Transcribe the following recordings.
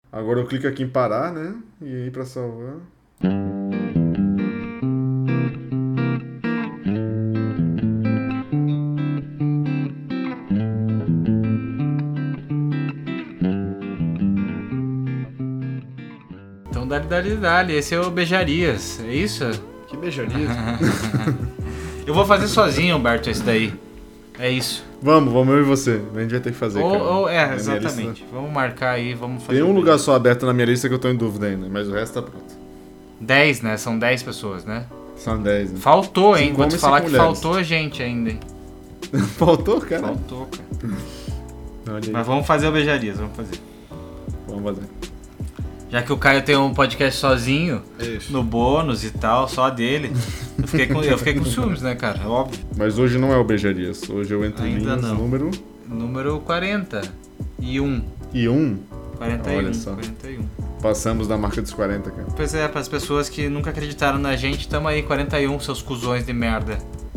Agora eu clico aqui em parar, né? E aí pra salvar. Então dale. Esse é o Beijarias, é isso? Que beijaria. Eu vou fazer sozinho, Humberto, esse daí. É isso. Vamos eu e você. A gente vai ter que fazer, cara. Exatamente. Vamos marcar aí, vamos fazer. Tem um lugar só aberto na minha lista que eu tô em dúvida ainda, mas o resto tá pronto. 10, né? São 10 pessoas, né? São 10, né? Faltou, hein? Vou te homens, falar que mulheres. faltou gente ainda, hein? Faltou, cara? Faltou, cara. Olha aí. Mas vamos fazer o Beijarias, vamos fazer. Vamos fazer. Já que o Caio tem um podcast sozinho, Isso. no bônus e tal, só dele, eu fiquei com ciúmes, né, cara? Óbvio. Mas hoje não é o Beijarias. Hoje eu entro em Ainda linhas, não. número 40 e 1. e 1. 41. Olha só. 41. Passamos da marca dos 40, cara. Pois é, para as pessoas que nunca acreditaram na gente, tamo aí, 41, seus cuzões de merda.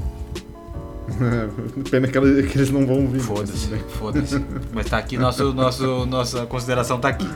Pena que eles não vão vir. Foda-se. Mas tá aqui, nossa consideração tá aqui.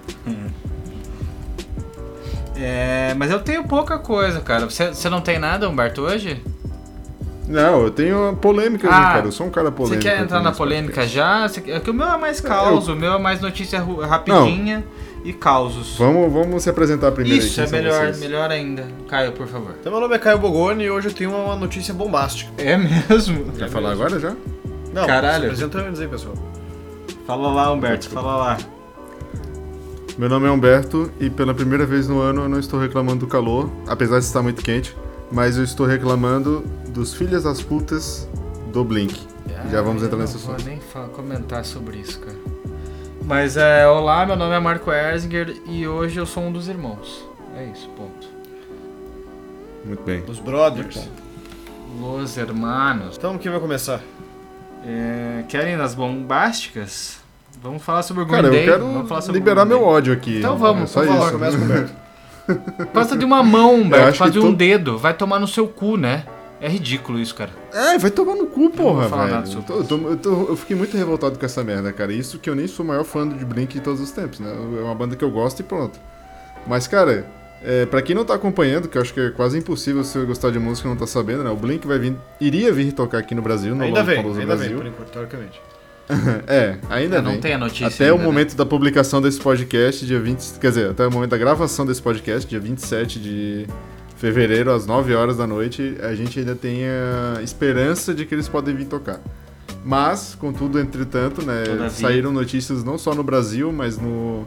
Mas eu tenho pouca coisa, cara. Você não tem nada, Humberto, hoje? Não, eu tenho polêmicas, né, cara? Eu sou um cara polêmico. Você quer entrar na polêmica já? É que o meu é mais caos, o meu é mais notícia rapidinha e causos. Vamos se apresentar primeiro. Isso, aí, é melhor ainda. Caio, por favor. Então, meu nome é Caio Bogoni e hoje eu tenho uma notícia bombástica. É mesmo? Quer falar agora já? Não, Caralho. se apresenta antes aí, pessoal. Fala lá, Humberto, fala lá. Meu nome é Humberto e pela primeira vez no ano eu não estou reclamando do calor, apesar de estar muito quente, mas eu estou reclamando dos filhas das putas do Blink. Já vamos entrar nesse assunto. Não vou nem comentar sobre isso, cara. Mas olá, meu nome é Marco Erzinger e hoje eu sou um dos irmãos. É isso, ponto. Muito bem. Os brothers. Los hermanos. Então, quem vai começar? Querem nas bombásticas? Vamos falar sobre o Green Cara, eu Day? quero liberar meu ódio aqui. Então vamos, só por isso. favor. Começa com o Humberto. Gosta de uma mão, Humberto, acho faz que de um dedo. Vai tomar no seu cu, né? É ridículo isso, cara. Vai tomar no cu, porra, vou falar velho. nada sobre Eu fiquei muito revoltado com essa merda, cara. Isso que eu nem sou o maior fã de Blink de todos os tempos, né? É uma banda que eu gosto e pronto. Mas, cara, pra quem não tá acompanhando, que eu acho que é quase impossível se eu gostar de música e não tá sabendo, né? O Blink iria vir tocar aqui no Brasil, no Ainda vem, Brasil. por enquanto, teoricamente. Ainda não vem. tem a notícia Até ainda, o momento da publicação desse podcast, dia 20... Quer dizer, até o momento da gravação desse podcast, dia 27 de fevereiro, às 9 horas da noite, a gente ainda tem a esperança de que eles podem vir tocar. Mas, contudo, entretanto, né, saíram notícias não só no Brasil, mas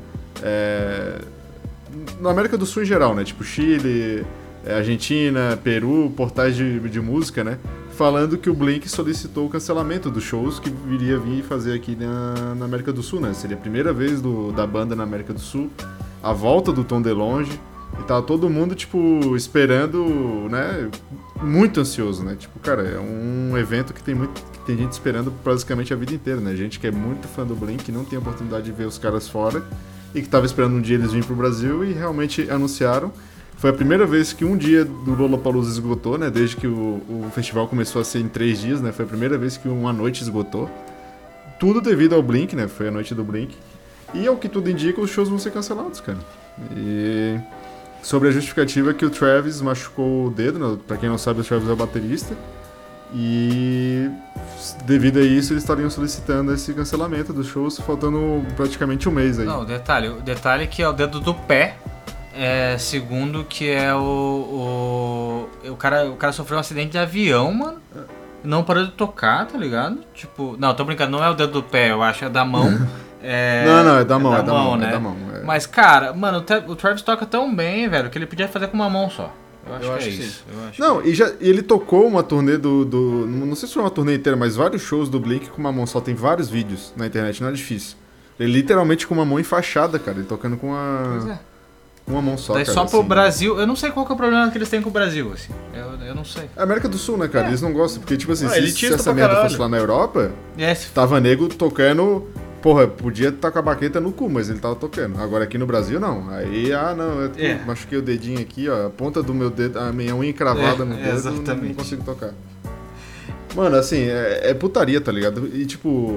na América do Sul em geral, né? Tipo Chile, Argentina, Peru, portais de música, né? Falando que o Blink solicitou o cancelamento dos shows que viria vir fazer aqui na América do Sul, né? Seria a primeira vez da banda na América do Sul, a volta do Tom DeLonge, e tava todo mundo, tipo, esperando, né? Muito ansioso, né? Tipo, cara, é um evento que tem gente esperando basicamente a vida inteira, né? Gente que é muito fã do Blink, que não tem a oportunidade de ver os caras fora, e que tava esperando um dia eles virem pro Brasil, e realmente anunciaram. Foi a primeira vez que um dia do Lollapalooza esgotou, né? Desde que o festival começou a ser em 3 dias, né? Foi a primeira vez que uma noite esgotou. Tudo devido ao Blink, né? Foi a noite do Blink. E ao que tudo indica, os shows vão ser cancelados, cara. E sobre a justificativa que o Travis machucou o dedo, né? Pra quem não sabe, o Travis é o baterista. E devido a isso, eles estariam solicitando esse cancelamento dos shows, faltando praticamente um mês aí. Não, o detalhe é que é o dedo do pé. Segundo que é o cara sofreu um acidente de avião, mano. Não parou de tocar, tá ligado? Tipo, não, tô brincando, não é o dedo do pé, eu acho, é da mão. Não, é da mão, né? É da mão. Mas, cara, mano, o Travis toca tão bem, velho, que ele podia fazer com uma mão só. Eu acho que é isso. E ele tocou uma turnê não sei se foi uma turnê inteira, mas vários shows do Blink com uma mão só. Tem vários vídeos na internet, não é difícil. Ele literalmente com uma mão enfaixada, cara. Ele tocando com uma mão só, daí cara. Só pro assim. Brasil, eu não sei qual que é o problema que eles têm com o Brasil, assim. Eu não sei. É América do Sul, né, cara? Eles não gostam, porque, tipo assim, se essa pra merda caralho. fosse lá na Europa, tava nego tocando. Porra, podia estar com a baqueta no cu, mas ele tava tocando. Agora aqui no Brasil, não. Aí, eu machuquei o dedinho aqui, ó. A ponta do meu dedo, a minha unha encravada no dedo, não consigo tocar. Mano, assim, é putaria, tá ligado? E, tipo,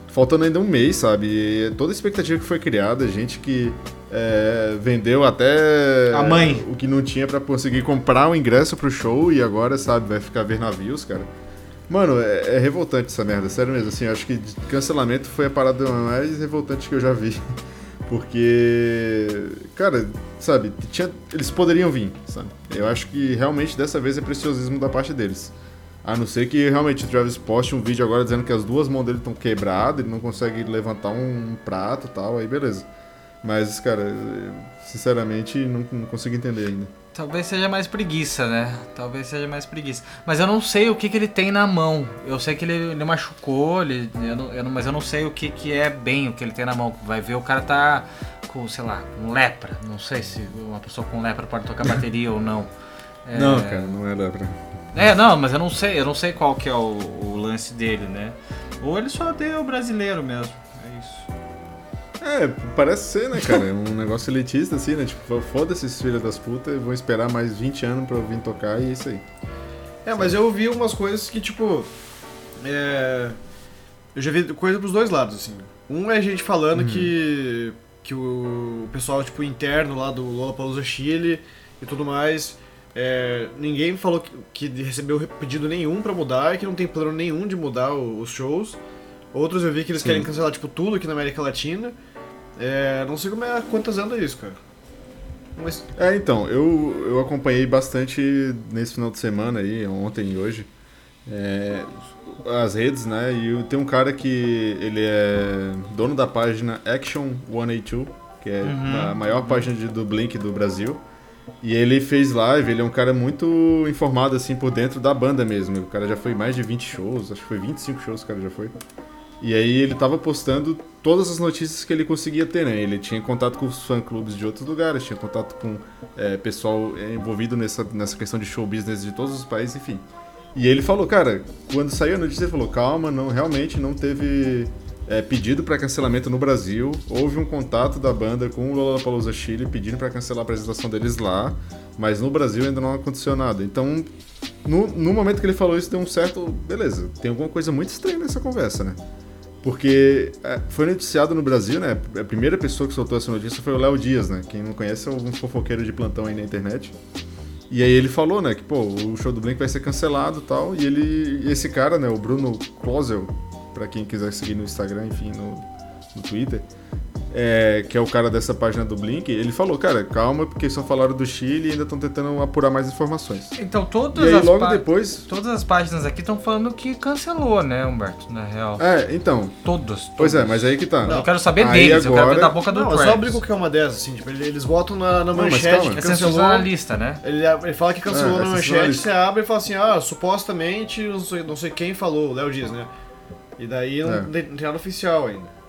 faltando ainda um mês, sabe? E toda a expectativa que foi criada, gente que vendeu até A mãe. o que não tinha pra conseguir comprar o ingresso pro show e agora, sabe, vai ficar ver navios, cara. Mano, é revoltante essa merda, sério mesmo. Assim, eu acho que cancelamento foi a parada mais revoltante que eu já vi. Porque, cara, sabe, eles poderiam vir, sabe? Eu acho que realmente dessa vez é preciosismo da parte deles. A não ser que realmente o Travis poste um vídeo agora dizendo que as duas mãos dele estão quebradas, ele não consegue levantar um prato e tal, aí beleza. Mas, cara, eu, sinceramente não consigo entender ainda. Talvez seja mais preguiça, né? Talvez seja mais preguiça. Mas eu não sei o que ele tem na mão. Eu sei que ele machucou, mas eu não sei o que é bem o que ele tem na mão. Vai ver, o cara tá com, sei lá, com lepra. Não sei se uma pessoa com lepra pode tocar bateria ou não. Não, cara, não é lepra. Não, mas eu não sei qual que é o lance dele, né? Ou ele só odeia o brasileiro mesmo. É isso. Parece ser, né, cara? É um negócio elitista, assim, né? Tipo, foda-se esses filhos das putas, vão esperar mais 20 anos pra eu vir tocar e é isso aí. Mas eu ouvi umas coisas que, tipo... Eu já vi coisa pros dois lados, assim. Um é gente falando que o pessoal, tipo, interno lá do Lollapalooza Chile e tudo mais... ninguém falou que recebeu pedido nenhum pra mudar e que não tem plano nenhum de mudar os shows. Outros eu vi que eles querem cancelar, tipo, tudo aqui na América Latina. Não sei quantas anda isso, cara. Mas... Então, eu acompanhei bastante nesse final de semana aí, ontem e hoje, as redes, né? E tem um cara que ele é dono da página Action 182, que é a maior página do Blink do Brasil. E ele fez live, ele é um cara muito informado, assim, por dentro da banda mesmo. O cara já foi em mais de 20 shows, acho que foi 25 shows que o cara já foi. E aí ele tava postando todas as notícias que ele conseguia ter, né? Ele tinha contato com os fã-clubes de outros lugares, tinha contato com pessoal envolvido nessa questão de show business de todos os países, enfim. E ele falou, cara, quando saiu a notícia, ele falou, calma, realmente não teve pedido para cancelamento no Brasil. Houve um contato da banda com o Lollapalooza Chile pedindo para cancelar a apresentação deles lá, mas no Brasil ainda não aconteceu nada. Então, no momento que ele falou isso, deu um certo... Beleza, tem alguma coisa muito estranha nessa conversa, né? Porque foi noticiado no Brasil, né? A primeira pessoa que soltou essa notícia foi o Léo Dias, né? Quem não conhece é um fofoqueiro de plantão aí na internet. E aí ele falou, né, que pô, o show do Blink vai ser cancelado e tal. E esse cara, né, o Bruno Klosel, pra quem quiser seguir no Instagram, enfim, no Twitter, que é o cara dessa página do Blink, ele falou, cara, calma, porque só falaram do Chile e ainda estão tentando apurar mais informações. Então todas as páginas aqui estão falando que cancelou, né, Humberto, na real. Então. Todas. Pois mas aí que tá. Eu quero saber deles, eu quero ver da boca do Travis. Eu só abri qualquer uma dessas, assim, tipo, eles botam na manchete que cancelou. Na lista, né? Ele fala que cancelou na manchete, você abre e fala assim, supostamente, não sei quem falou, o Léo diz, né? E daí não tem nada oficial ainda.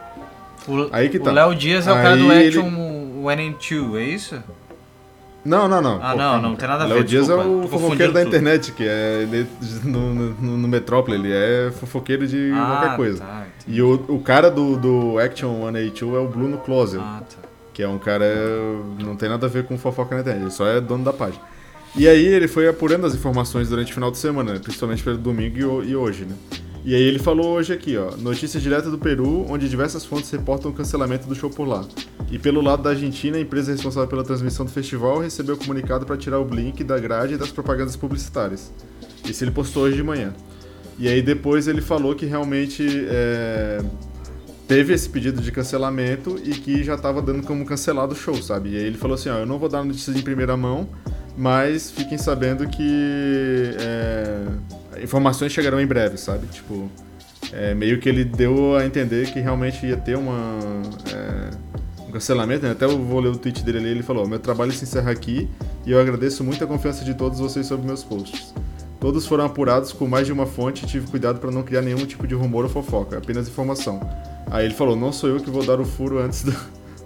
Aí que tá. O Léo Dias é o cara do Action 182, é isso? Não. Não tem nada a ver. Léo Dias é desculpa, o fofoqueiro da internet, que ele, no Metrópole, ele é fofoqueiro de qualquer coisa. Tá, e o cara do Action 182 é o Bruno Klosel, que é um cara, não tem nada a ver com fofoca na internet, ele só é dono da página. E aí ele foi apurando as informações durante o final de semana, né, principalmente pelo domingo e hoje, né? E aí ele falou hoje aqui, ó, notícia direta do Peru, onde diversas fontes reportam o cancelamento do show por lá. E pelo lado da Argentina, a empresa responsável pela transmissão do festival recebeu comunicado para tirar o Blink da grade e das propagandas publicitárias. Isso ele postou hoje de manhã. E aí depois ele falou que realmente teve esse pedido de cancelamento e que já estava dando como cancelado o show, sabe? E aí ele falou assim, ó, eu não vou dar notícias em primeira mão, mas fiquem sabendo que informações chegarão em breve, sabe? Tipo, meio que ele deu a entender que realmente ia ter um cancelamento, né? Até eu vou ler o tweet dele ali, ele falou, meu trabalho se encerra aqui e eu agradeço muito a confiança de todos vocês sobre meus posts. Todos foram apurados com mais de uma fonte e tive cuidado para não criar nenhum tipo de rumor ou fofoca, apenas informação. Aí ele falou, não sou eu que vou dar o furo antes do...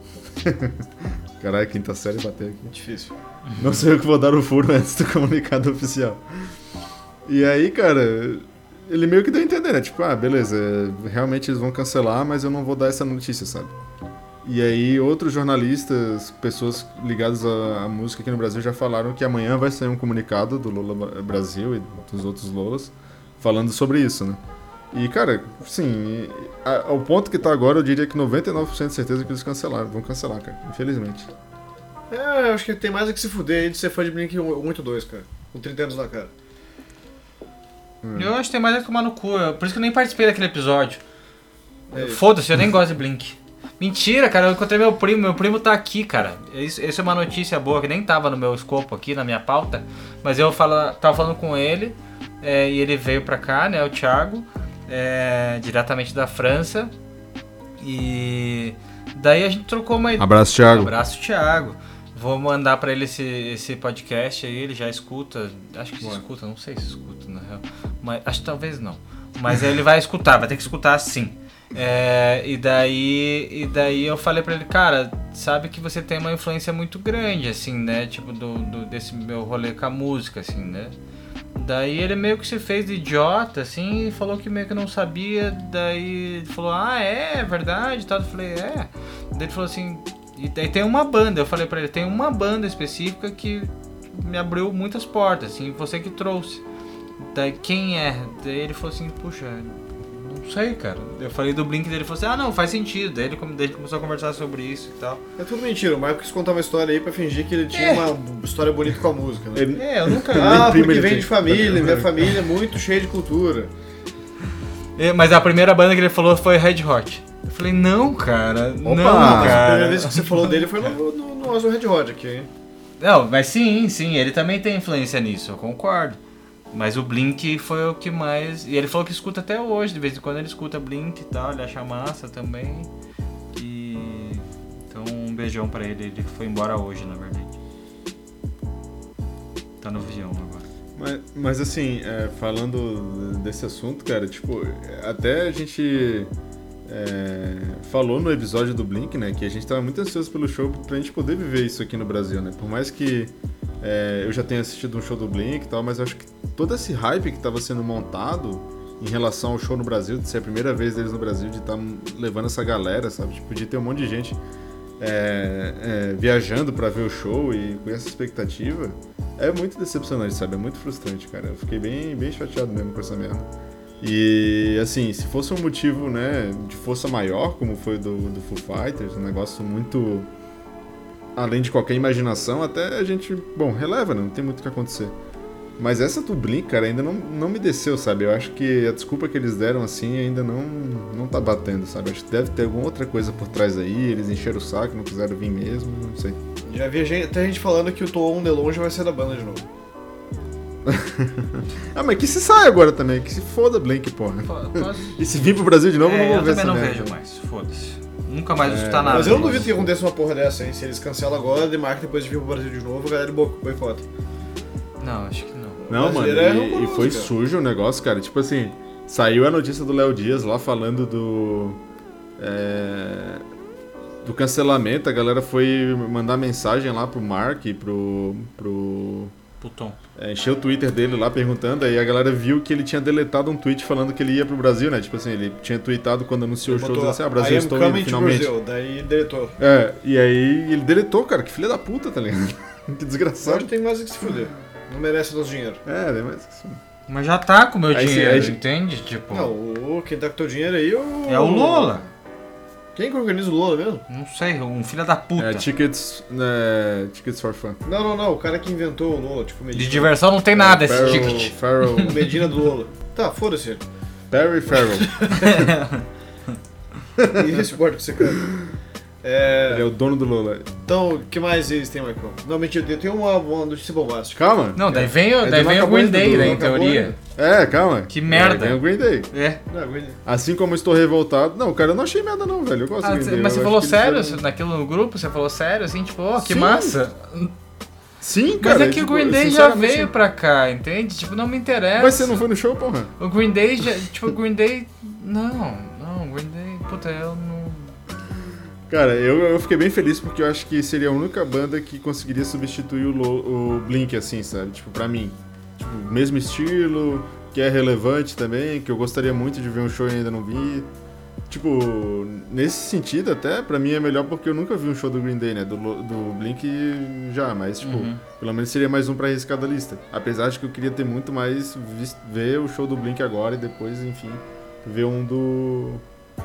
Caralho, quinta série bater aqui. Difícil. Não sou eu que vou dar o furo antes do comunicado oficial. E aí, cara, ele meio que deu a entender, né? Tipo, beleza, realmente eles vão cancelar, mas eu não vou dar essa notícia, sabe? E aí, outros jornalistas, pessoas ligadas à música aqui no Brasil já falaram que amanhã vai sair um comunicado do Lola Brasil e dos outros Lolas falando sobre isso, né? E, cara, sim, ao ponto que tá agora, eu diria que 99% de certeza que eles cancelaram. Vão cancelar, cara, infelizmente. Eu acho que tem mais a que se fuder aí de ser fã de Blink 182, cara. Com 30 anos na cara. Eu acho que tem mais a tomar no cu. Por isso que eu nem participei daquele episódio. É. Foda-se, eu nem gosto de Blink. Mentira, cara, eu encontrei meu primo. Meu primo tá aqui, cara. Essa é uma notícia boa que nem tava no meu escopo aqui, na minha pauta. Mas eu tava falando com ele. E ele veio pra cá, né, o Thiago. Diretamente da França. E daí a gente trocou uma ideia. Abraço, Thiago. Abraço, Thiago. Vou mandar pra ele esse podcast aí, ele já escuta. Acho que escuta, não sei se escuta, na real. Mas acho que talvez não. Mas ele vai escutar, vai ter que escutar sim. E daí eu falei pra ele, cara, sabe que você tem uma influência muito grande, assim, né? Tipo, desse meu rolê com a música, assim, né? Daí ele meio que se fez de idiota, assim, e falou que meio que não sabia. Daí ele falou, é verdade e tal. Eu falei, Daí ele falou assim, e daí tem uma banda, eu falei pra ele, tem uma banda específica que me abriu muitas portas, assim, você que trouxe. Daí quem é? Daí ele falou assim, puxa, não sei, cara. Eu falei do Blink dele, ele falou assim, não, faz sentido. Daí ele começou a conversar sobre isso e tal. É tudo mentira, o Michael quis contar uma história aí pra fingir que ele tinha uma história bonita com a música, né? Eu nunca... porque vem de família, minha família é muito cheia de cultura. Mas a primeira banda que ele falou foi Red Hot. Eu falei, não, cara, Opa, não, mas cara. a primeira vez que você falou dele foi no Ozzy Red Hot aqui, hein? Não, mas sim, ele também tem influência nisso, eu concordo. Mas o Blink foi o que mais... E ele falou que escuta até hoje, de vez em quando ele escuta Blink e tal, ele acha massa também. Então um beijão pra ele, ele foi embora hoje, na verdade. Tá no avião agora. Mas assim, falando desse assunto, cara, tipo, até a gente falou no episódio do Blink, né, que a gente tava muito ansioso pelo show pra gente poder viver isso aqui no Brasil, né, por mais que eu já tenha assistido um show do Blink e tal, mas eu acho que todo esse hype que tava sendo montado em relação ao show no Brasil, de ser a primeira vez deles no Brasil, de estar levando essa galera, sabe, tipo, de ter um monte de gente viajando pra ver o show e com essa expectativa, é muito decepcionante, sabe? É muito frustrante, cara. Eu fiquei bem, bem chateado mesmo com essa merda. E, assim, se fosse um motivo, né, de força maior, como foi do Foo Fighters, um negócio muito além de qualquer imaginação, até a gente, releva, né? Não tem muito o que acontecer. Mas essa do Blink, cara, ainda não me desceu, sabe? Eu acho que a desculpa que eles deram, assim, ainda não tá batendo, sabe? Acho que deve ter alguma outra coisa por trás aí, eles encheram o saco, não quiseram vir mesmo, não sei. Já vi até gente falando que o Tom DeLonge vai ser da banda de novo. Mas que se sai agora também, que se foda Blink, porra. E se vir pro Brasil de novo, eu não vou ver essa também não merda. vejo mais, foda-se. Nunca mais escutar nada. Mas eu não duvido que aconteça uma porra dessa, hein? Se eles cancelam agora, demarca depois de vir pro Brasil de novo, a galera boicota. Não, acho que não. Não, mano, e foi sujo o negócio, cara. Tipo assim, saiu a notícia do Léo Dias lá falando do cancelamento. A galera foi mandar mensagem lá pro Mark e pro Tom. Encheu o Twitter dele lá perguntando, aí a galera viu que ele tinha deletado um tweet falando que ele ia pro Brasil, né? Tipo assim, ele tinha tweetado quando anunciou o show, dizendo assim, Brasil, estou indo finalmente. Brasil, daí deletou. E aí ele deletou, cara, que filha da puta, tá ligado? Que desgraçado. Hoje tem mais que se fuder. Não merece nosso dinheiro. Tem mais que isso. Mas já tá com o meu dinheiro, aí, entende? Tipo... Não, quem tá com teu dinheiro aí é o Lola. Quem que organiza o Lola mesmo? Não sei, um filho da puta. Tickets for Fun. Não, o cara que inventou o Lola, tipo Medina. De diversão não tem nada esse ticket. Farrell. Medina do Lola. Tá, foda-se ele. Perry Farrell. E esse porta que você quer. Ele é o dono do Lola. Então, o que mais eles têm, Michael? Não, mentira, tem uma notícia bombástica. Calma. Não, daí vem o Green Day, né, em teoria. Calma. Que merda. Vem o Green Day. Não, Green Day. Assim como eu estou revoltado... Não, cara, eu não achei merda não, velho. Eu gosto do Green Day. Mas você falou sério? Naquilo no grupo, você falou sério, assim, tipo, que Sim. massa. Sim, cara. Mas é que o Green Day já veio pra cá, entende? Tipo, não me interessa. Mas você não foi no show, porra? O Green Day já... Tipo, o Green Day... Não, o Green Day... Puta, eu não... Cara, eu fiquei bem feliz porque eu acho que seria a única banda que conseguiria substituir o Blink, assim, sabe? Tipo, pra mim. Tipo, mesmo estilo, que é relevante também, que eu gostaria muito de ver um show e ainda não vi. Tipo, nesse sentido até, pra mim é melhor porque eu nunca vi um show do Green Day, né? Do Blink já, mas tipo, pelo menos seria mais um pra arriscar da lista. Apesar de que eu queria ter muito mais ver o show do Blink agora e depois, enfim, ver um do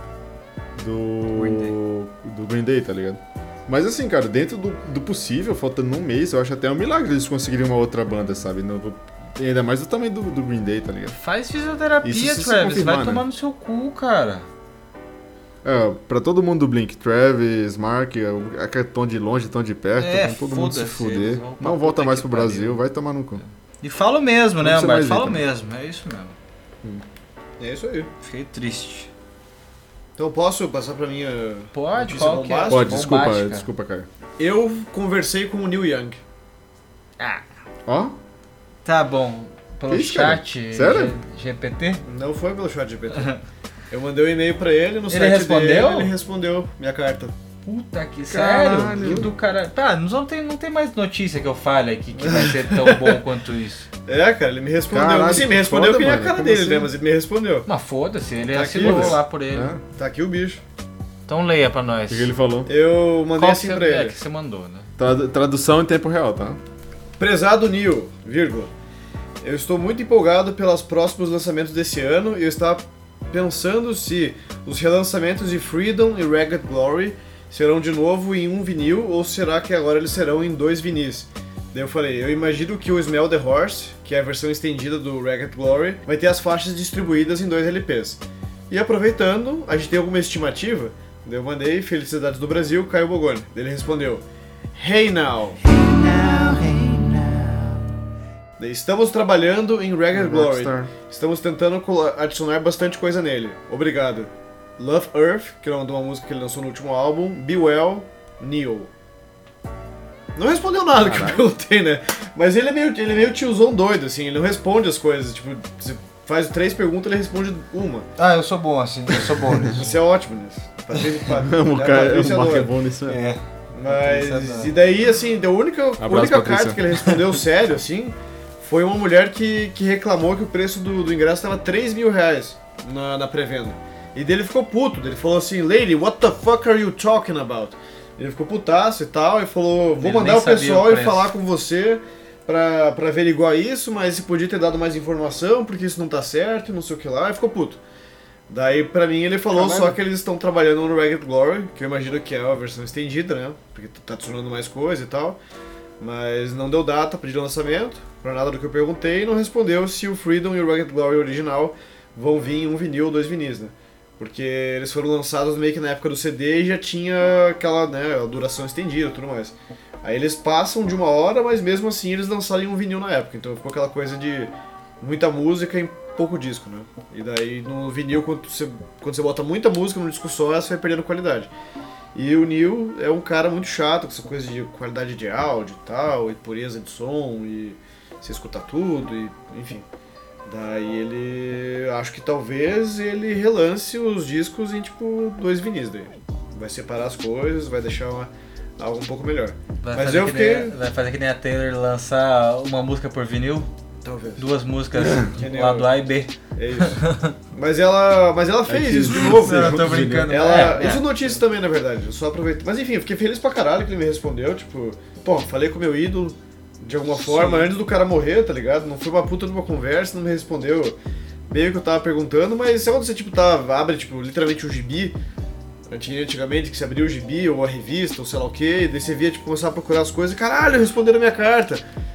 Green Day, tá ligado? Mas assim, cara, dentro do possível, faltando um mês, eu acho até um milagre eles conseguirem uma outra banda, sabe? Ainda mais do tamanho do Green Day, tá ligado? Faz fisioterapia, Isso se Travis. confirmar, Vai né? tomar no seu cu, cara. Pra todo mundo do Blink, Travis, Mark, tão de longe, tão de perto, É, todo mundo se foda-se, eles fuder. vão pra Não volta puta mais que pro Brasil, pariu. vai tomar no cu. E falo mesmo, né, Vamos ser Humberto? mais Falo então. mesmo. É isso mesmo. É isso aí. Fiquei triste. Então posso passar pra minha Pode, notícia qual que é? bombástica? Pode, bombástica. desculpa, Caio. Eu conversei com o Neil Young. Ah, Ó, tá bom. Pelo Que isso, cara? chat Sério? GPT? Não foi pelo chat GPT. Eu mandei um e-mail pra ele no site respondeu? dele, ele respondeu minha carta. Puta que Caralho. sério? E do cara. Tá, não tem mais notícia que eu fale aqui que vai ser tão bom quanto isso. É, cara, ele me respondeu. Caralho, Sim, me que respondeu foda, que nem a mano. cara Como dele, assim? né? Mas ele me respondeu. Mas foda-se, ele Tá aqui, assinou mas- lá por ele. É. Tá aqui o bicho. Então leia pra nós. o que ele falou? Eu mandei Qual assim que pra você, ele. que você mandou, né? Tradução em tempo real, tá? Prezado Neil, vírgula. Eu estou muito empolgado pelos próximos lançamentos desse ano e eu estava pensando se os relançamentos de Freedom e Ragged Glory serão de novo em um vinil ou será que agora eles serão em 2 vinis. Daí eu falei, eu imagino que o Smell the Horse, que é a versão estendida do Ragged Glory, vai ter as faixas distribuídas em 2 LPs. E aproveitando, a gente tem alguma estimativa? Daí eu mandei Felicidades do Brasil, Caio Bogoni. Daí ele respondeu, Hey now! Daí, estamos trabalhando em Ragged Glory. Rockstar. Estamos tentando adicionar bastante coisa nele. Obrigado. Love Earth, que é o nome de uma música que ele lançou no último álbum. Be Well, Neil. Não respondeu nada que eu perguntei, né? Mas ele é meio tiozão doido, assim. Ele não responde as coisas. Tipo, você faz 3 perguntas, ele responde uma. Ah, eu sou bom assim, eu sou bom nisso. Isso é ótimo nisso. Patrícia, O Patrícia Mark é adora. bom nisso mesmo. É. Mas, e daí, assim, a única Patrícia. carta que ele respondeu sério, assim, foi uma mulher que reclamou que o preço do ingresso estava 3 mil reais na pré-venda. E daí ele ficou puto, daí ele falou assim, Lady, what the fuck are you talking about? Ele ficou putaço e tal, e falou, vou Ele mandar nem o sabia pessoal o ir preço. falar com você pra averiguar isso, mas se podia ter dado mais informação, porque isso não tá certo, e não sei o que lá, e ficou puto. Daí, pra mim, ele falou Caralho. só que eles estão trabalhando no Ragged Glory, que eu imagino que é a versão estendida, né? Porque tá adicionando mais coisa e tal. Mas não deu data pra de lançamento, pra nada do que eu perguntei, e não respondeu se o Freedom e o Ragged Glory original vão vir em um vinil ou 2 vinis, né? Porque eles foram lançados meio que na época do CD e já tinha aquela, né, a duração estendida e tudo mais. Aí eles passam de 1 hora, mas mesmo assim eles lançaram em um vinil na época, então ficou aquela coisa de muita música em pouco disco, né? E daí no vinil, quando você bota muita música num disco só, você vai perdendo qualidade. E o Neil é um cara muito chato com essa coisa de qualidade de áudio e tal, e pureza de som, e você escutar tudo, e enfim. Daí ele... acho que talvez ele relance os discos em tipo 2 vinis daí. Vai separar as coisas, vai deixar algo um pouco melhor. Mas eu fiquei... Vai fazer que nem a Taylor lançar uma música por vinil? Talvez. 2 músicas, Que nem lado eu. A e B. É isso. Mas ela fez que isso de novo. Não, eu tô brincando. Ela. É, Isso notícia também, na verdade. Eu só aproveitei. Mas enfim, eu fiquei feliz pra caralho que ele me respondeu. Tipo, pô, falei com o meu ídolo de alguma forma antes do cara morrer, tá ligado? Não foi uma puta de uma conversa, não me respondeu meio que eu tava perguntando, mas sabe quando você tipo abre tipo, literalmente um gibi? Antigamente que você abria o gibi ou a revista ou sei lá o que, e daí você via tipo, começar a procurar as coisas e caralho, responderam a minha carta.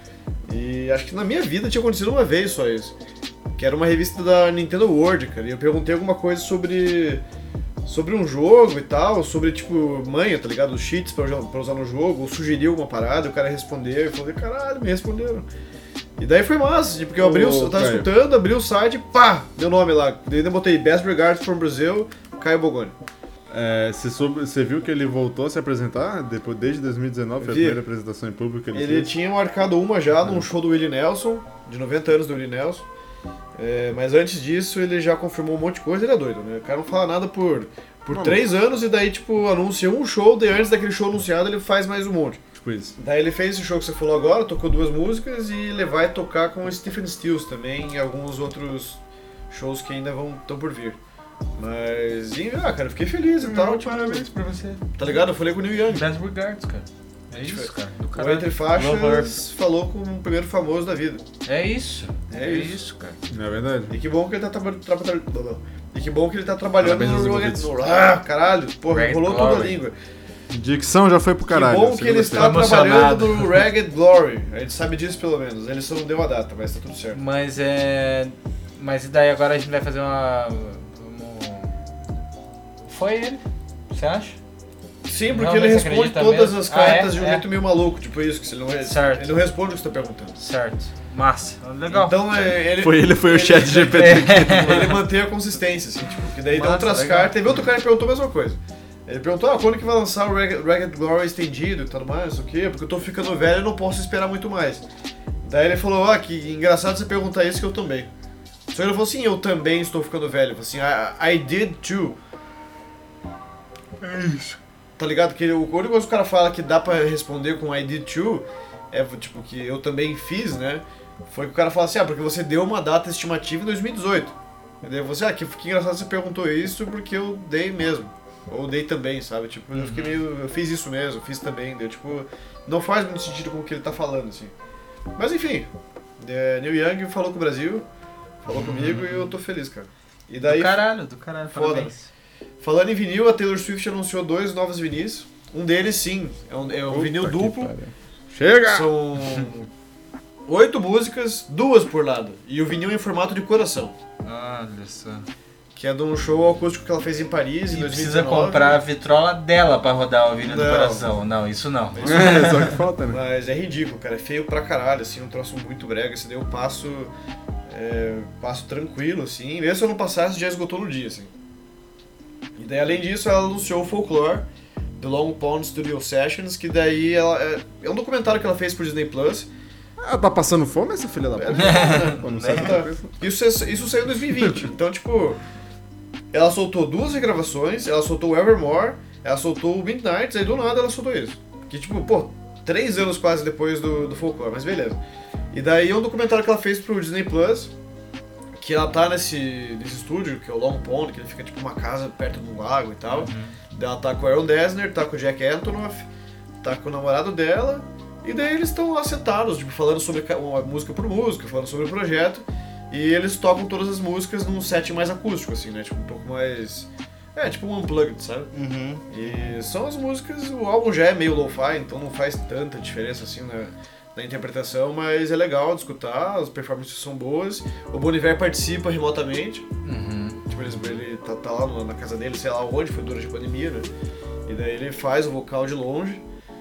E acho que na minha vida tinha acontecido uma vez só isso. Que era uma revista da Nintendo World, cara. E eu perguntei alguma coisa sobre um jogo e tal, sobre tipo manha, tá ligado? Os cheats pra usar no jogo, ou sugeriu alguma parada, e o cara respondeu, e eu falei, caralho, me responderam. E daí foi massa, porque eu abri eu tava Caio. escutando, abri o site, pá, meu nome lá. Daí eu botei Best Regards from Brazil, Caio Bogoni. Você viu que ele voltou a se apresentar depois, desde 2019, foi a Vi. primeira apresentação em público que ele Ele fez? tinha marcado uma já num show do Willie Nelson, de 90 anos do Willie Nelson. Mas antes disso ele já confirmou um monte de coisa, ele é doido, né? O cara não fala nada por 3 anos e daí tipo anuncia um show, daí antes daquele show anunciado ele faz mais um monte. Tipo isso. Daí ele fez esse show que você falou agora, tocou 2 músicas e ele vai tocar com o Stephen Stills também em alguns outros shows que ainda estão por vir. Mas, cara, eu fiquei feliz e tal, tipo, Parabéns pra você. tá ligado? Eu falei com o Neil Young. Best regards, cara. É isso, cara. Do O caralho. Entre Love Earth. Faixas falou com o primeiro famoso da vida. É isso. É isso. cara. Não é verdade? E que bom que ele tá E que bom que ele tá trabalhando Parabéns aos no envolvidos. caralho, porra, Ragged enrolou toda a Glory. língua. Dicção já foi pro caralho. Que bom que ele está Tô trabalhando emocionado. no Ragged Glory. A gente sabe disso pelo menos. Ele só não deu a data, mas tá tudo certo. Mas é. Mas e daí agora a gente vai fazer uma. Foi ele? Você acha? Sim, porque Realmente ele você responde acredita todas mesmo? as cartas Ah, é? de um É. jeito meio maluco, tipo isso, que ele Certo. não responde o que você tá perguntando. Certo. Massa. Legal. Então ele. Foi o chat GPT. Ele mantém a consistência, assim, tipo, porque daí deu Massa, outras legal. cartas. Teve outro cara que perguntou a mesma coisa. Ele perguntou, quando que vai lançar o Ragged Glory estendido e tudo mais, não sei o quê, porque eu tô ficando velho e não posso esperar muito mais. Daí ele falou, que engraçado você perguntar isso que eu também. Só que ele falou assim, eu também estou ficando velho. Ele falou assim, I did too. É isso. Tá ligado? Que a única coisa que o cara fala que dá pra responder com I did too é tipo que eu também fiz, né? Foi que o cara fala assim, porque você deu uma data estimativa em 2018. E daí você, que engraçado você perguntou isso porque eu dei mesmo. Ou dei também, sabe? Tipo, eu fiquei meio. Eu fiz isso mesmo, fiz também. Deu, tipo, não faz muito sentido com o que ele tá falando, assim. Mas enfim, Neil Young falou com o Brasil, falou comigo e eu tô feliz, cara. E daí, Do caralho, Foda. parabéns. falando em vinil, a Taylor Swift anunciou 2 novos vinis. Um deles, sim, é um vinil Puta que duplo. pariu. Chega! São 8 músicas, 2 por lado. E o vinil em formato de coração. Olha só. Que é de um show acústico que ela fez em Paris em E 2019. precisa comprar a vitrola dela pra rodar o vinil do Não. coração. Não, isso não. É, só que falta, né? Mas é ridículo, cara. É feio pra caralho, assim, um troço muito brega. Esse daí eu passo tranquilo, assim. Mesmo se eu não passasse, já esgotou no dia, assim. E daí, além disso, ela anunciou o Folklore, The Long Pond Studio Sessions, que daí é um documentário que ela fez pro Disney Plus. Ah, tá passando fome essa filha da puta? Pô, não sabe outra coisa. Isso saiu em 2020. Então, tipo, ela soltou 2 regravações, ela soltou o Evermore, ela soltou o Midnights, aí do nada ela soltou isso. Que, tipo, 3 anos quase depois do Folklore, mas beleza. E daí é um documentário que ela fez pro Disney Plus, que ela tá nesse estúdio, que é o Long Pond, que ele fica tipo uma casa perto de um lago e tal. Daí ela tá com o Aaron Dessner, tá com o Jack Antonoff, tá com o namorado dela, e daí eles estão lá sentados, tipo, falando sobre uma música por música, falando sobre o projeto, e eles tocam todas as músicas num set mais acústico, assim, né? Tipo, um pouco mais... tipo um unplugged, sabe? Uhum. E são as músicas, o álbum já é meio lo-fi, então não faz tanta diferença assim na interpretação, mas é legal de escutar, as performances são boas. O Bon Iver participa remotamente, tipo, ele tá lá na casa dele, sei lá onde, foi durante a pandemia, né? E daí ele faz o vocal de longe,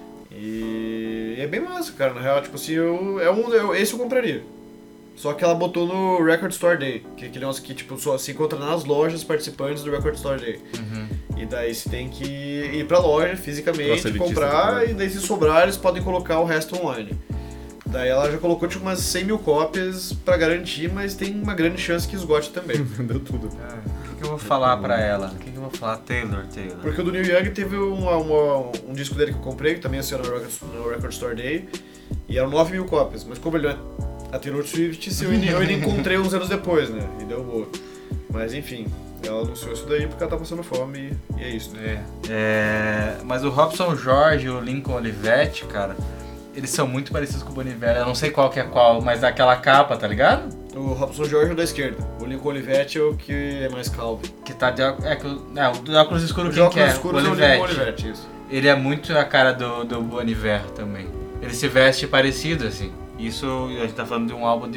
e é bem massa, cara, na real, tipo assim, esse eu compraria. Só que ela botou no Record Store Day, que é aquele negócio que tipo, só se encontra nas lojas participantes do Record Store Day. E daí você tem que ir pra loja fisicamente, Nossa, elitista comprar, também. e daí se sobrar eles podem colocar o resto online. Daí ela já colocou tipo umas 100 mil cópias pra garantir, mas tem uma grande chance que esgote também. Deu tudo. O que eu vou falar pra ela? O que eu vou falar? Taylor. Porque o do Neil Young teve um disco dele que eu comprei, que também saiu no Record Store Day, e eram 9 mil cópias, mas como ele não é a Taylor Swift, eu ainda encontrei uns anos depois, né? E deu boa. Mas enfim, ela anunciou isso daí porque ela tá passando fome e é isso. Mas o Robson Jorge e o Lincoln Olivetti, cara, eles são muito parecidos com o Bon Iver. Eu não sei qual que é qual, mas daquela capa, tá ligado? O Robson Jorge é o da esquerda, o Lincoln Olivetti é o que é mais calvo. Que tá de o do óculos escuro O de quem óculos que é? escuros O é o Lincoln Olivetti. Olivetti, isso. Ele é muito a cara do Bon Iver também. Ele se veste parecido, assim. Isso, a gente tá falando de um álbum de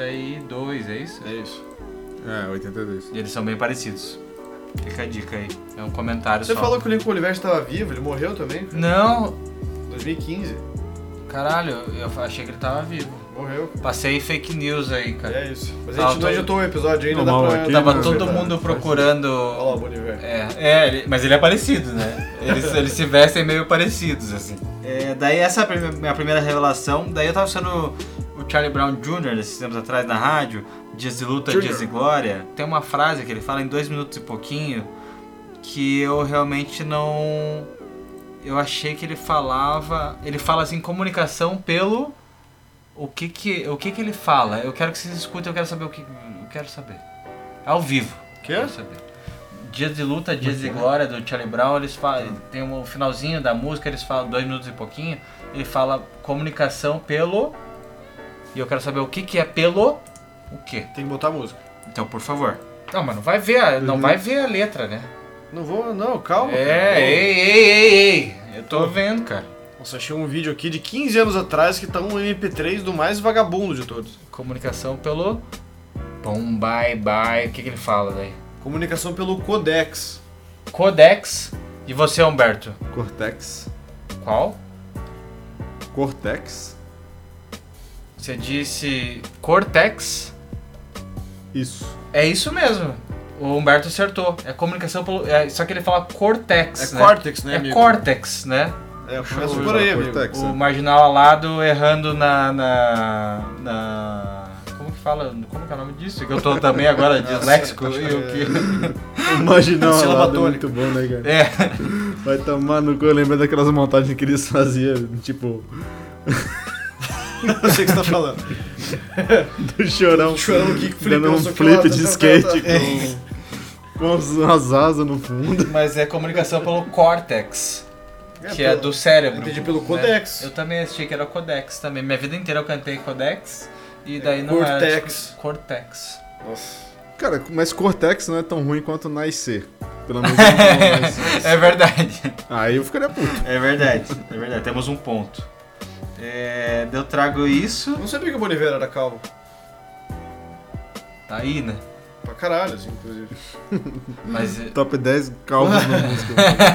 82, é isso? É isso. É, 82. E eles são bem parecidos. Fica a dica aí. É um comentário Você só. falou que o Lincoln Olivetti estava vivo, ele morreu também? Não, 2015. caralho, eu achei que ele tava vivo. Morreu. Passei fake news aí, cara. É isso. Mas a gente não editou o episódio ainda, Normal, dá pra... aqui, Tava né? todo mundo procurando... Olha lá o Bon Iver. Mas ele é parecido, né? Eles se vestem meio parecidos, assim. Daí essa é a minha primeira revelação. Daí eu tava sendo o Charlie Brown Jr. esses tempos atrás na rádio, Dias de Luta, Junior. Dias de Glória. Tem uma frase que ele fala em 2 minutos e pouquinho que eu realmente não... Eu achei que ele falava... Ele fala assim, comunicação pelo... O que ele fala? Eu quero que vocês escutem, eu quero saber o que... Eu quero saber. Ao vivo. Quê? Quero saber. Dias de Luta, Dias de Glória, do Charlie Brown, eles falam... Tem um finalzinho da música, eles falam 2 minutos e pouquinho. Ele fala comunicação pelo... E eu quero saber o que é pelo... O quê? Tem que botar a música. Então, por favor. Não, mas não vai ver a letra, né? Não vou, não, calma. Ei. Eu tô vendo, cara. Nossa, achei um vídeo aqui de 15 anos atrás que tá um MP3 do mais vagabundo de todos. Comunicação pelo... Bye. O que ele fala daí? Comunicação pelo Codex. Codex. E você, Humberto? Cortex. Qual? Cortex? Você disse Cortex? Isso. É isso mesmo. O Humberto acertou. É comunicação pelo... só que ele fala Cortex, É né? Cortex, né, É amigo? Cortex, né? É, começa por aí, amigo. Cortex. O marginal alado errando como que fala? Como que é o nome disso? Que eu tô também agora disléxico. E o que... Imaginar uma Sílaba lado muito bom, né, cara? É. Vai tomar no cu, eu lembro daquelas montagens que eles faziam, tipo, Eu sei o que você tá falando. do Chorão, Chorão que dando um flip de skate com as asas no fundo. Mas é comunicação pelo Cortex. Que é do cérebro. Entendi pelo né? Codex. Eu também achei que era Codex também. Minha vida inteira eu cantei Codex. E daí não Cortex. era. Tipo, Cortex. Nossa. Cara, mas Cortex não é tão ruim quanto Nascer. Pelo menos não Nascer. É verdade. Aí eu ficaria puto. É verdade. Temos um ponto. Eu trago isso. Não sabia que o Boniver era calvo. Tá aí, né? Pra caralho, assim, inclusive. Mas. Top 10 calvos na música.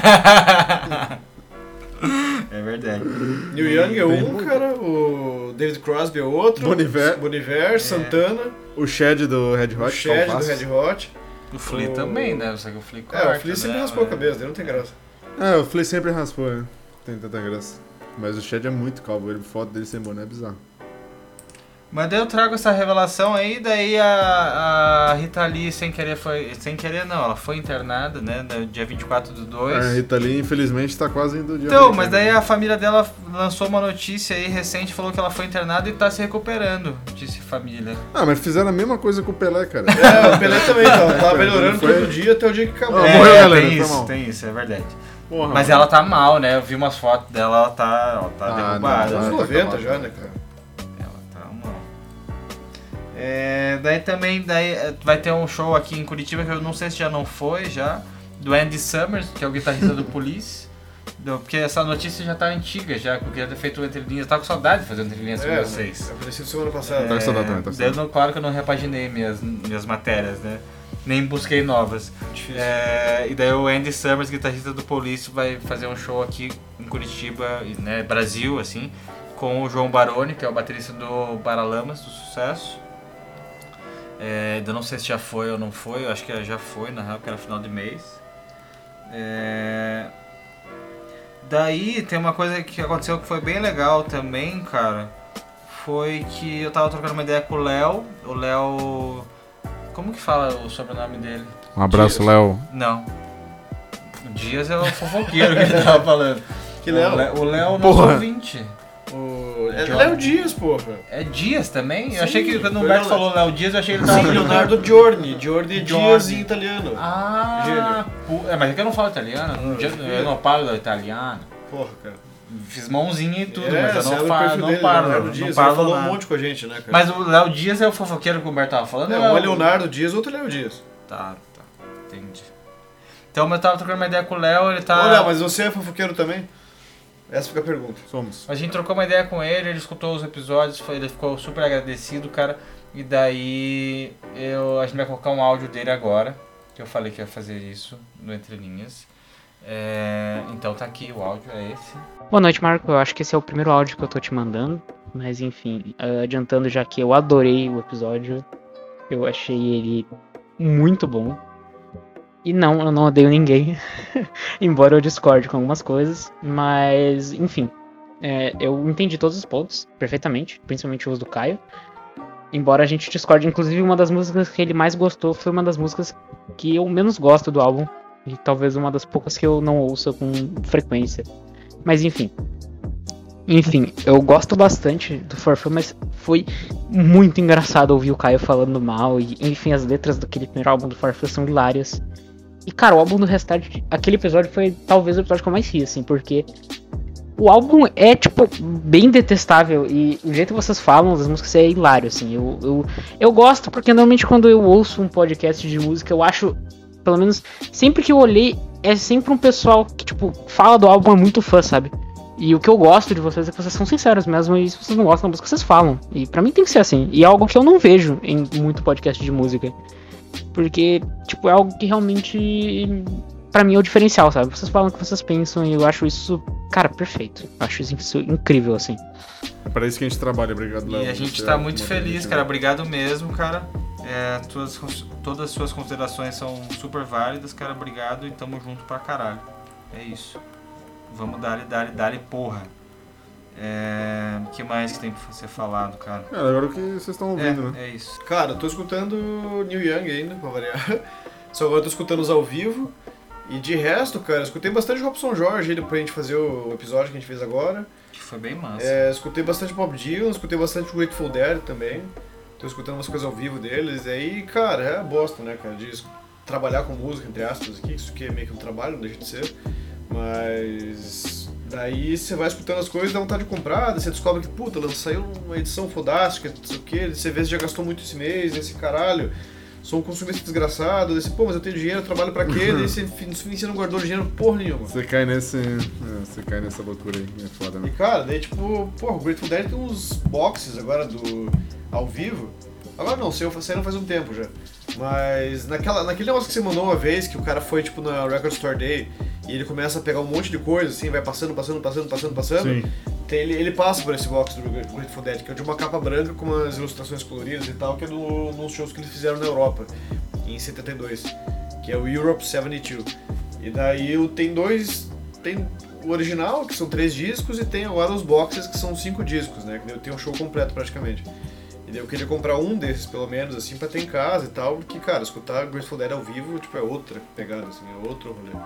É verdade. Neil Young é Bem um, muito. cara. O David Crosby é outro. Boniver, Santana. O Shed do Red Hot. O Shed do Alface. Red Hot. O Flea também, né? Só que o Flea É, corta, o Flea sempre né? raspou a cabeça, daí não tem graça. É, o Flea sempre raspou, né? Tem tanta graça. Mas o Shed é muito calvo, a foto dele sem boné é bizarro. Mas daí eu trago essa revelação aí, daí a Rita Lee sem querer foi... Sem querer não, ela foi internada, né, no dia 24/2. A Rita Lee, infelizmente, tá quase indo dia Então, americano. mas daí a família dela lançou uma notícia aí recente, falou que ela foi internada e tá se recuperando, disse família. Ah, mas fizeram a mesma coisa com o Pelé, cara. É, o Pelé também, então. Tava melhorando Foi. todo dia até o dia que acabou. Ah, morreu, galera, tem foi isso, mal. tem isso, é verdade. Porra, Mas ela tá mal, né, eu vi umas fotos dela, ela tá derrubada. não, Uns tá 90 acabado. já, né, cara? Ela tá mal. Daí também vai ter um show aqui em Curitiba que eu não sei se já não foi já, do Andy Summers, que é o guitarrista do Police. Porque essa notícia já tá antiga já, porque eu queria ter feito o Entre Linhas. Eu tava com saudade de fazer o Entre Linhas com vocês. Eu apareci semana passada. Tá com saudade também, tá com Daí saudade. claro que eu não repaginei minhas matérias, né? Nem busquei novas. Difícil. E daí o Andy Summers, guitarrista do Police, vai fazer um show aqui em Curitiba, né, Brasil, assim, com o João Baroni, que é o baterista do Paralamas, do Sucesso. Eu não sei se já foi ou não foi, eu acho que já foi, na real, que era final de mês. Daí tem uma coisa que aconteceu que foi bem legal também, cara. Foi que eu tava trocando uma ideia com o Léo. O Léo... Como que fala o sobrenome dele? Um abraço, Dias. Léo. Não. O Dias é o fofoqueiro que ele tava falando. Que Léo? O Léo é o nosso Porra. ouvinte. É John. Léo Dias, porra. É Dias também? Sim, Eu achei que quando o foi Humberto Léo. falou Léo Dias, eu achei que ele tava... Sim, Leonardo Giorni. Giorni é Dias Giorni. em italiano. Ah, mas é que eu não falo italiano. Eu não falo italiano. Porra, cara. Fiz mãozinha e tudo, É, mas eu você era não o falo, perfil não dele, paro. Leonardo Não Dias. paro Ele falou nada. um monte com a gente, né, cara? Mas o Léo Dias é o fofoqueiro que o Humberto tava falando? É, ou um é o- Leonardo Dias, outro é Léo Dias. Tá, entendi. Então eu tava trocando uma ideia com o Léo, ele tá... Ô, Léo, mas você é fofoqueiro também? Essa fica a pergunta. Somos. A gente trocou uma ideia com ele, ele escutou os episódios, ele ficou super agradecido, cara. E daí a gente vai colocar um áudio dele agora, que eu falei que ia fazer isso no Entre Linhas. Então tá aqui, o áudio é esse. Boa noite, Marco. Eu acho que esse é o primeiro áudio que eu tô te mandando. Mas enfim, adiantando já que eu adorei o episódio. Eu achei ele muito bom. E não, eu não odeio ninguém. Embora eu discorde com algumas coisas. Mas, enfim. Eu entendi todos os pontos perfeitamente. Principalmente o uso do Caio. Embora a gente discorde. Inclusive, uma das músicas que ele mais gostou foi uma das músicas que eu menos gosto do álbum. E talvez uma das poucas que eu não ouço com frequência. Mas enfim. Eu gosto bastante do Forfã, mas foi muito engraçado ouvir o Caio falando mal. E enfim, as letras daquele primeiro álbum do Forfã são hilárias. E cara, o álbum do Restart, aquele episódio foi talvez o episódio que eu mais ri, assim, porque O álbum é, tipo, bem detestável e o jeito que vocês falam das músicas é hilário, assim. Eu gosto porque normalmente quando eu ouço um podcast de música, eu acho, pelo menos, sempre que eu olhei, é sempre um pessoal que, tipo, fala do álbum, é muito fã, sabe? E o que eu gosto de vocês é que vocês são sinceros mesmo, e se vocês não gostam da música, vocês falam. E pra mim tem que ser assim. E é algo que eu não vejo em muito podcast de música. Porque, tipo, é algo que realmente... Pra mim é o diferencial, sabe? Vocês falam o que vocês pensam e eu acho isso, cara, perfeito. Eu acho isso incrível, assim. É para isso que a gente trabalha, obrigado, Léo. E a gente tá muito feliz, cara. Obrigado mesmo, cara. Todas as suas considerações são super válidas, cara. Obrigado e tamo junto pra caralho. É isso. Vamos dar-lhe porra. O que mais que tem pra ser falado, cara? Agora o que vocês estão ouvindo, né? É isso. Cara, eu tô escutando Neil Young ainda, pra variar. Só agora eu tô escutando os ao vivo. E de resto, cara, escutei bastante Robson Jorge aí pra gente fazer o episódio que a gente fez agora. Que foi bem massa. Escutei bastante Bob Dylan, escutei bastante Grateful Dead também. Tô escutando umas coisas ao vivo deles. E aí, cara, é bosta, né, cara, de trabalhar com música, entre aspas, aqui. Isso que é meio que um trabalho, não deixa de ser. Mas daí você vai escutando as coisas, dá vontade de comprar, daí você descobre que, puta, saiu uma edição fodástica, não sei o que, você vê se já gastou muito esse mês, esse caralho. Sou um consumista desgraçado, desse, pô, mas eu tenho dinheiro, eu trabalho pra quê? Daí você não guardou dinheiro porra nenhuma. Você cai nessa loucura aí, é foda, né? E cara, daí tipo, porra, o Grateful Dead tem uns boxes agora ao vivo. Agora não, saíram faz um tempo já. Mas naquele negócio que você mandou uma vez, que o cara foi tipo na Record Store Day e ele começa a pegar um monte de coisa, assim, vai passando. Sim. Ele passa por esse box do Grateful Dead, que é de uma capa branca com umas ilustrações coloridas e tal, que é nos shows que eles fizeram na Europa, em 72, que é o Europe 72. E daí tem o original, que são 3 discos, e tem agora os boxes, que são 5 discos, né, que tem um show completo praticamente. E daí eu queria comprar um desses, pelo menos, assim, pra ter em casa e tal, porque, cara, escutar Grateful Dead ao vivo, tipo, é outra pegada, assim, é outro rolê.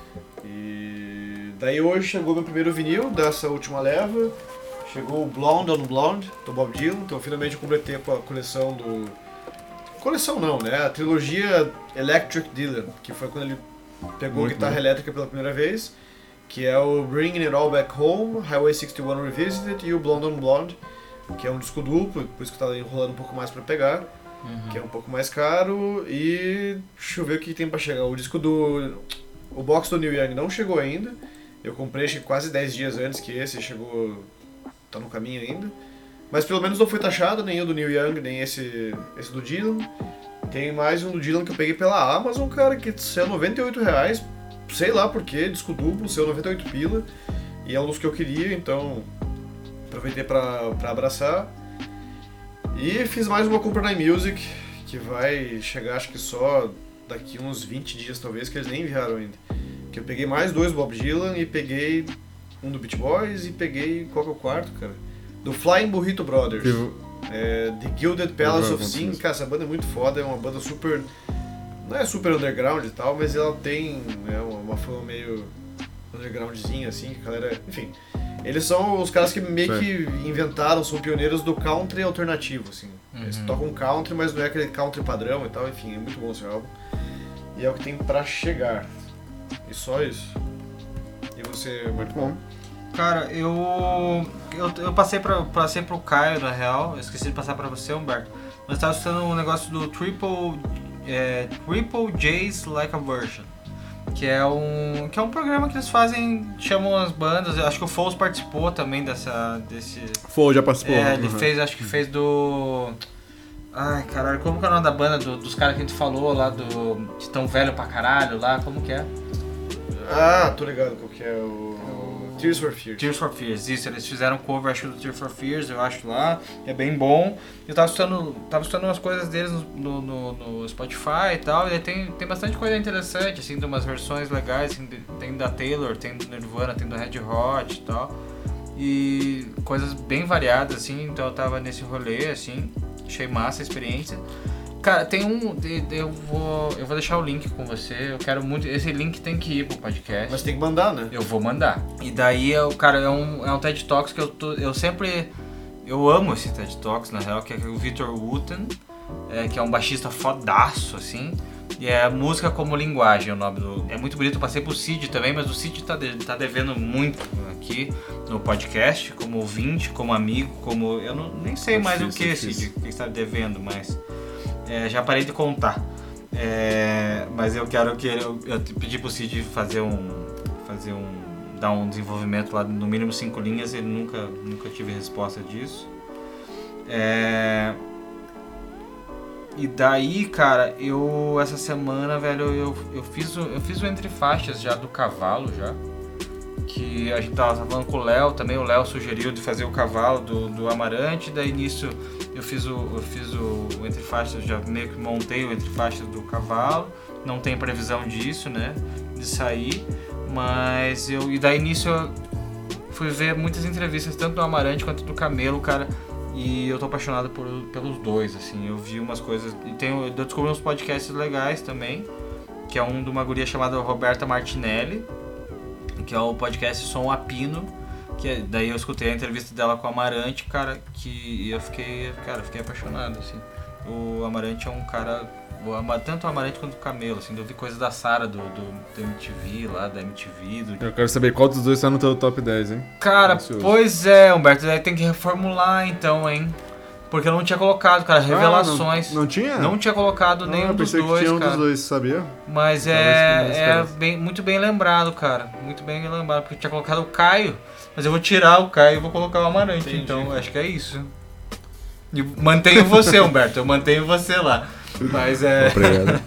E daí hoje chegou meu primeiro vinil dessa última leva, chegou o Blonde on Blonde, do Bob Dylan, então finalmente eu completei a coleção Coleção não, né, a trilogia Electric Dylan, que foi quando ele pegou a guitarra elétrica pela primeira vez, que é o Bringing It All Back Home, Highway 61 Revisited e o Blonde on Blonde, que é um disco duplo, por isso que tá enrolando um pouco mais pra pegar, que é um pouco mais caro, e deixa eu ver o que tem pra chegar. O box do Neil Young não chegou ainda, eu comprei acho que quase 10 dias antes que esse, chegou, tá no caminho ainda, mas pelo menos não foi taxado, nem o do Neil Young, nem esse do Dylan. Tem mais um do Dylan que eu peguei pela Amazon, cara, que saiu R$98, sei lá porquê, disco duplo, saiu 98 pila, e é um dos que eu queria, então aproveitei pra abraçar. E fiz mais uma compra na iMusic, que vai chegar acho que só daqui uns 20 dias talvez, que eles nem enviaram ainda. Que eu peguei mais 2 Bob Dylan e peguei um do Beach Boys e peguei, qual que é o quarto, cara? Do Flying Burrito Brothers. The Gilded Palace of Sin. Cara, essa banda é muito foda, é uma banda super... Não é super underground e tal, mas ela tem uma fama meio undergroundzinha assim, que a galera... Enfim... Eles são os caras que meio que inventaram, são pioneiros do country alternativo, assim. Eles tocam country, mas não é aquele country padrão e tal, enfim, é muito bom esse álbum. E é o que tem pra chegar. E só isso. E você, muito bom. Cara, eu passei pro Caio, na real, eu esqueci de passar pra você, Humberto. Mas eu tava escutando um negócio do Triple J's Like a Version. Que é um programa que eles fazem, chamam as bandas, eu acho que o Foles participou também desse... Foles já participou. Ele fez, acho que fez do... Ai, caralho, como que é o nome da banda dos caras que a gente falou lá, de tão velho pra caralho lá, como que é? Ah, tô ligado qual que é o Tears for Fears. Tears for Fears, isso, eles fizeram cover, acho, do Tears for Fears, eu acho lá, é bem bom. Eu tava escutando umas coisas deles no Spotify e tal, e aí tem bastante coisa interessante, assim, de umas versões legais, assim, tem da Taylor, tem do Nirvana, tem do Red Hot e tal, e coisas bem variadas, assim, então eu tava nesse rolê, assim, achei massa a experiência. Cara, tem eu vou deixar o link com você, eu quero muito, esse link tem que ir pro podcast. Mas tem que mandar, né? Eu vou mandar. E daí, cara, é um TED Talks que eu amo esse TED Talks, na real, que é o Victor Wooten, que é um baixista fodaço, assim, e é Música como Linguagem, o nome do... É muito bonito, eu passei pro Cid também, mas o Cid tá devendo muito aqui no podcast, como ouvinte, como amigo, como... Eu nem sei mais o que, Cid, que está devendo, mas já parei de contar. Mas eu quero que... Eu pedi pro Cid dar um desenvolvimento lá, no mínimo 5 linhas, e nunca tive resposta disso. E daí, cara, essa semana, velho, eu fiz o Entre Faixas já do Cavalo, já. Que a gente tava falando com o Léo também, o Léo sugeriu de fazer o Cavalo do Amarante, daí nisso eu fiz o Entre Faixas, já meio que montei o Entre Faixas do Cavalo, não tem previsão disso, né, de sair, mas e daí nisso eu fui ver muitas entrevistas, tanto do Amarante quanto do Camelo, cara. E eu tô apaixonado pelos dois, assim, eu vi umas coisas, eu descobri uns podcasts legais também, que é um de uma guria chamada Roberta Martinelli, que é o podcast Som Apino, daí eu escutei a entrevista dela com o Amarante, cara, que eu fiquei apaixonado, assim. O Amarante é um cara, tanto o Amarante quanto o Camelo, assim, eu vi coisas da Sara, do MTV lá, da MTV. Eu quero saber qual dos dois tá no teu top 10, hein? Cara, pois é, Humberto, daí tem que reformular então, hein? Porque eu não tinha colocado, cara, revelações. Não tinha? Não tinha colocado nenhum dos dois, cara. Eu pensei que tinha dos dois, sabia? Mas muito bem lembrado, cara. Muito bem lembrado, porque eu tinha colocado o Caio, mas eu vou tirar o Caio e vou colocar o Amarante. Entendi. Então acho que é isso. E mantenho você, Humberto, eu mantenho você lá. Mas Obrigado.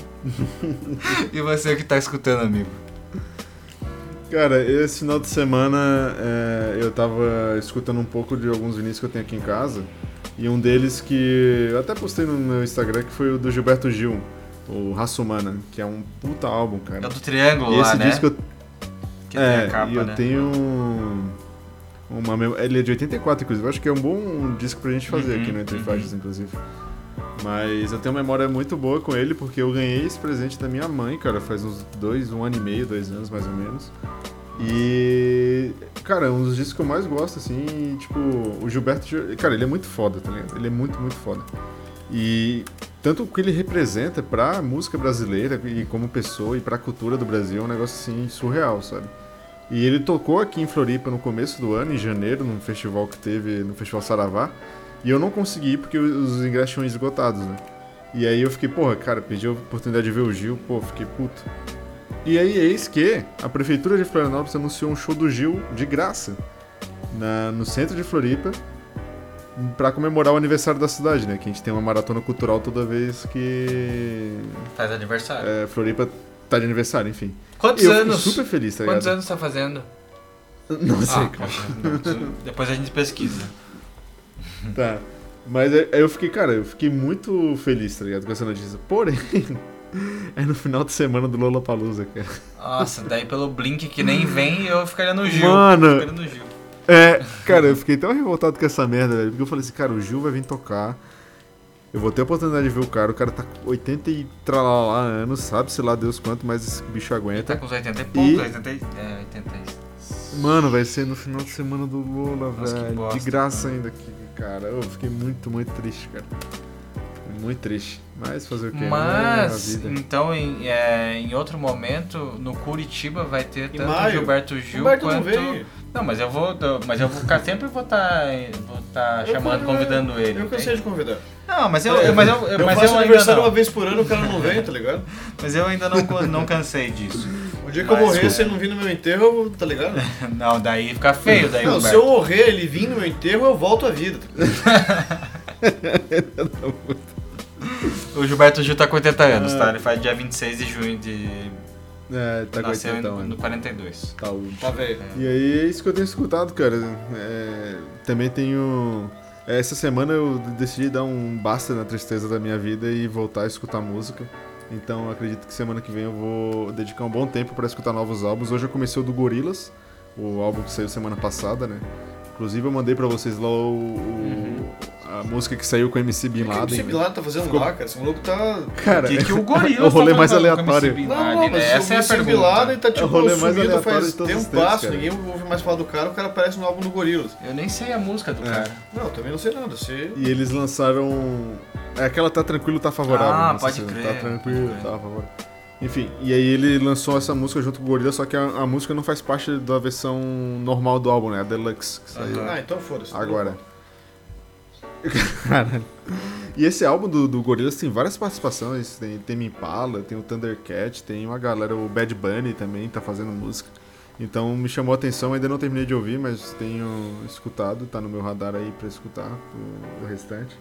E você que tá escutando, amigo? Cara, esse final de semana eu tava escutando um pouco de alguns vinis que eu tenho aqui em casa. E um deles que eu até postei no meu Instagram, que foi o do Gilberto Gil, o Raça Humana, que é um puta álbum, cara. É do Triângulo e lá, esse né? disco que tem a capa, e eu né? tenho ele é de 84, inclusive. Eu acho que é um bom disco pra gente fazer aqui no Entre Faixas, inclusive. Mas eu tenho uma memória muito boa com ele, porque eu ganhei esse presente da minha mãe, cara, faz uns 1 ano e meio, 2 anos mais ou menos. E, cara, é um dos discos que eu mais gosto, assim, tipo, o Gilberto, cara, ele é muito foda, tá ligado? Ele é muito, muito foda. E tanto o que ele representa pra música brasileira e como pessoa e pra cultura do Brasil é um negócio, assim, surreal, sabe? E ele tocou aqui em Floripa no começo do ano, em janeiro, num festival que teve, no Festival Saravá, e eu não consegui porque os ingressos tinham esgotados, né? E aí eu fiquei, porra, cara, perdi a oportunidade de ver o Gil, pô, fiquei puto. E aí, eis que a Prefeitura de Florianópolis anunciou um show do Gil de graça no centro de Floripa pra comemorar o aniversário da cidade, né? Que a gente tem uma maratona cultural toda vez que... Faz aniversário. Floripa tá de aniversário, enfim. Quantos eu anos? Fiquei super feliz, tá ligado? Quantos anos tá fazendo? Não sei, cara. Depois a gente pesquisa. Tá. Mas aí eu fiquei muito feliz, tá ligado? Com essa notícia. Porém... é no final de semana do Lollapalooza, cara. Nossa, daí pelo Blink que nem vem, eu ficaria no Gil. Mano, cara, eu fiquei tão revoltado com essa merda, velho. Porque eu falei assim, cara, o Gil vai vir tocar. Eu vou ter a oportunidade de ver o cara tá com 80 e tralalá anos, sabe-se lá Deus quanto mais esse bicho aguenta. Ele tá com uns 80 e poucos, 80. Mano, vai ser no final de semana do Lola, nossa, velho. Bosta, de graça ainda aqui, cara. Eu fiquei muito, muito triste, cara. Muito triste. Mas fazer o quê? Mas, então, em outro momento, no Curitiba vai ter tanto o Gilberto Gil quanto... Não, mas eu vou ficar, sempre vou estar chamando, convidando ele. Eu cansei de convidar. Não, mas eu faço aniversário uma vez por ano, o cara não vem, tá ligado? Mas eu ainda não cansei disso. O dia que eu morrer, se ele não vir no meu enterro, tá ligado? Não, daí fica feio, daí não, se eu morrer, ele vir no meu enterro, eu volto à vida. O Gilberto Gil tá com 80 anos, tá? Ele faz dia 26 de junho de... tá com 80 anos. No 42. Tá velho. E aí é isso que eu tenho escutado, cara. Também tenho... essa semana eu decidi dar um basta na tristeza da minha vida e voltar a escutar música. Então eu acredito que semana que vem eu vou dedicar um bom tempo pra escutar novos álbuns. Hoje eu comecei o do Gorillaz, o álbum que saiu semana passada, né? Inclusive eu mandei pra vocês lá a música que saiu com o MC Bin Laden. O MC Bin Laden tá fazendo lá, cara? Esse maluco tá... Cara, que o Gorillaz é o rolê mais aleatório. Não, mas essa é a pergunta. O Bin Laden tá tipo o rolê mais sumido faz de tempo passo, ninguém ouve mais falar do cara, o cara aparece no álbum do Gorillaz. Eu nem sei a música do cara. Não, eu também não sei nada, sei... E eles lançaram... aquela Tá Tranquilo, Tá Favorável. Pode crer. Tá Tranquilo, Tá Favorável. Enfim, e aí ele lançou essa música junto com o Gorillaz, só que a música não faz parte da versão normal do álbum, né? A Deluxe, que saiu Então foda-se. agora. Caralho. E esse álbum do Gorillaz tem várias participações, tem Tame Impala, tem o Thundercat, tem uma galera, o Bad Bunny também tá fazendo música. Então me chamou a atenção, ainda não terminei de ouvir, mas tenho escutado, tá no meu radar aí pra escutar o restante.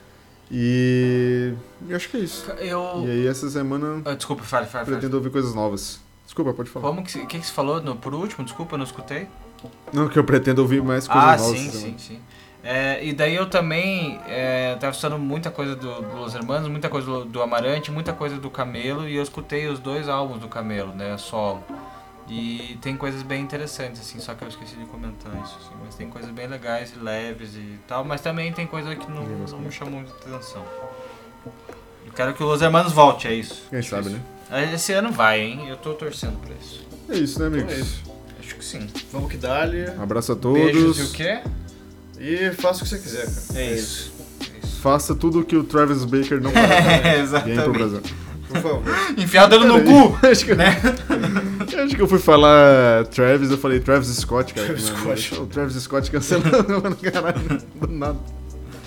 E eu acho que é isso. E aí essa semana Desculpa, fale. pretendo ouvir coisas novas. Desculpa, pode falar. Como que você falou por último? Desculpa, eu não escutei. Não, que eu pretendo ouvir mais coisas novas. Sim. E daí eu também tava escutando muita coisa do Los Hermanos, muita coisa do Amarante, muita coisa do Camelo, e eu escutei os 2 álbuns do Camelo, né, solo. E tem coisas bem interessantes, assim, só que eu esqueci de comentar isso, assim, mas tem coisas bem legais e leves e tal, mas também tem coisa que não me chamou muita atenção. Eu quero que o Los Hermanos volte, é isso. Quem sabe, isso. né? Esse ano vai, hein? Eu tô torcendo pra isso. É isso, né, amigos? Então é isso. Acho que sim. Vamos que dá-lhe. Um abraço a todos. Beijos e o quê? E faça o que você quiser, cara. É isso. Faça tudo o que o Travis Baker não faz. Exatamente. Vem pro Brasil. Por favor. Enfiar o dedo no cu! Acho que, acho que eu fui falar Travis, eu falei Travis Scott, cara. Travis Scott. O Travis Scott cancelando, mano, caralho, do nada.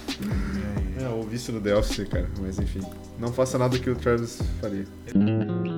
Ouvi isso no The Office, cara, mas enfim. Não faça nada que o Travis faria.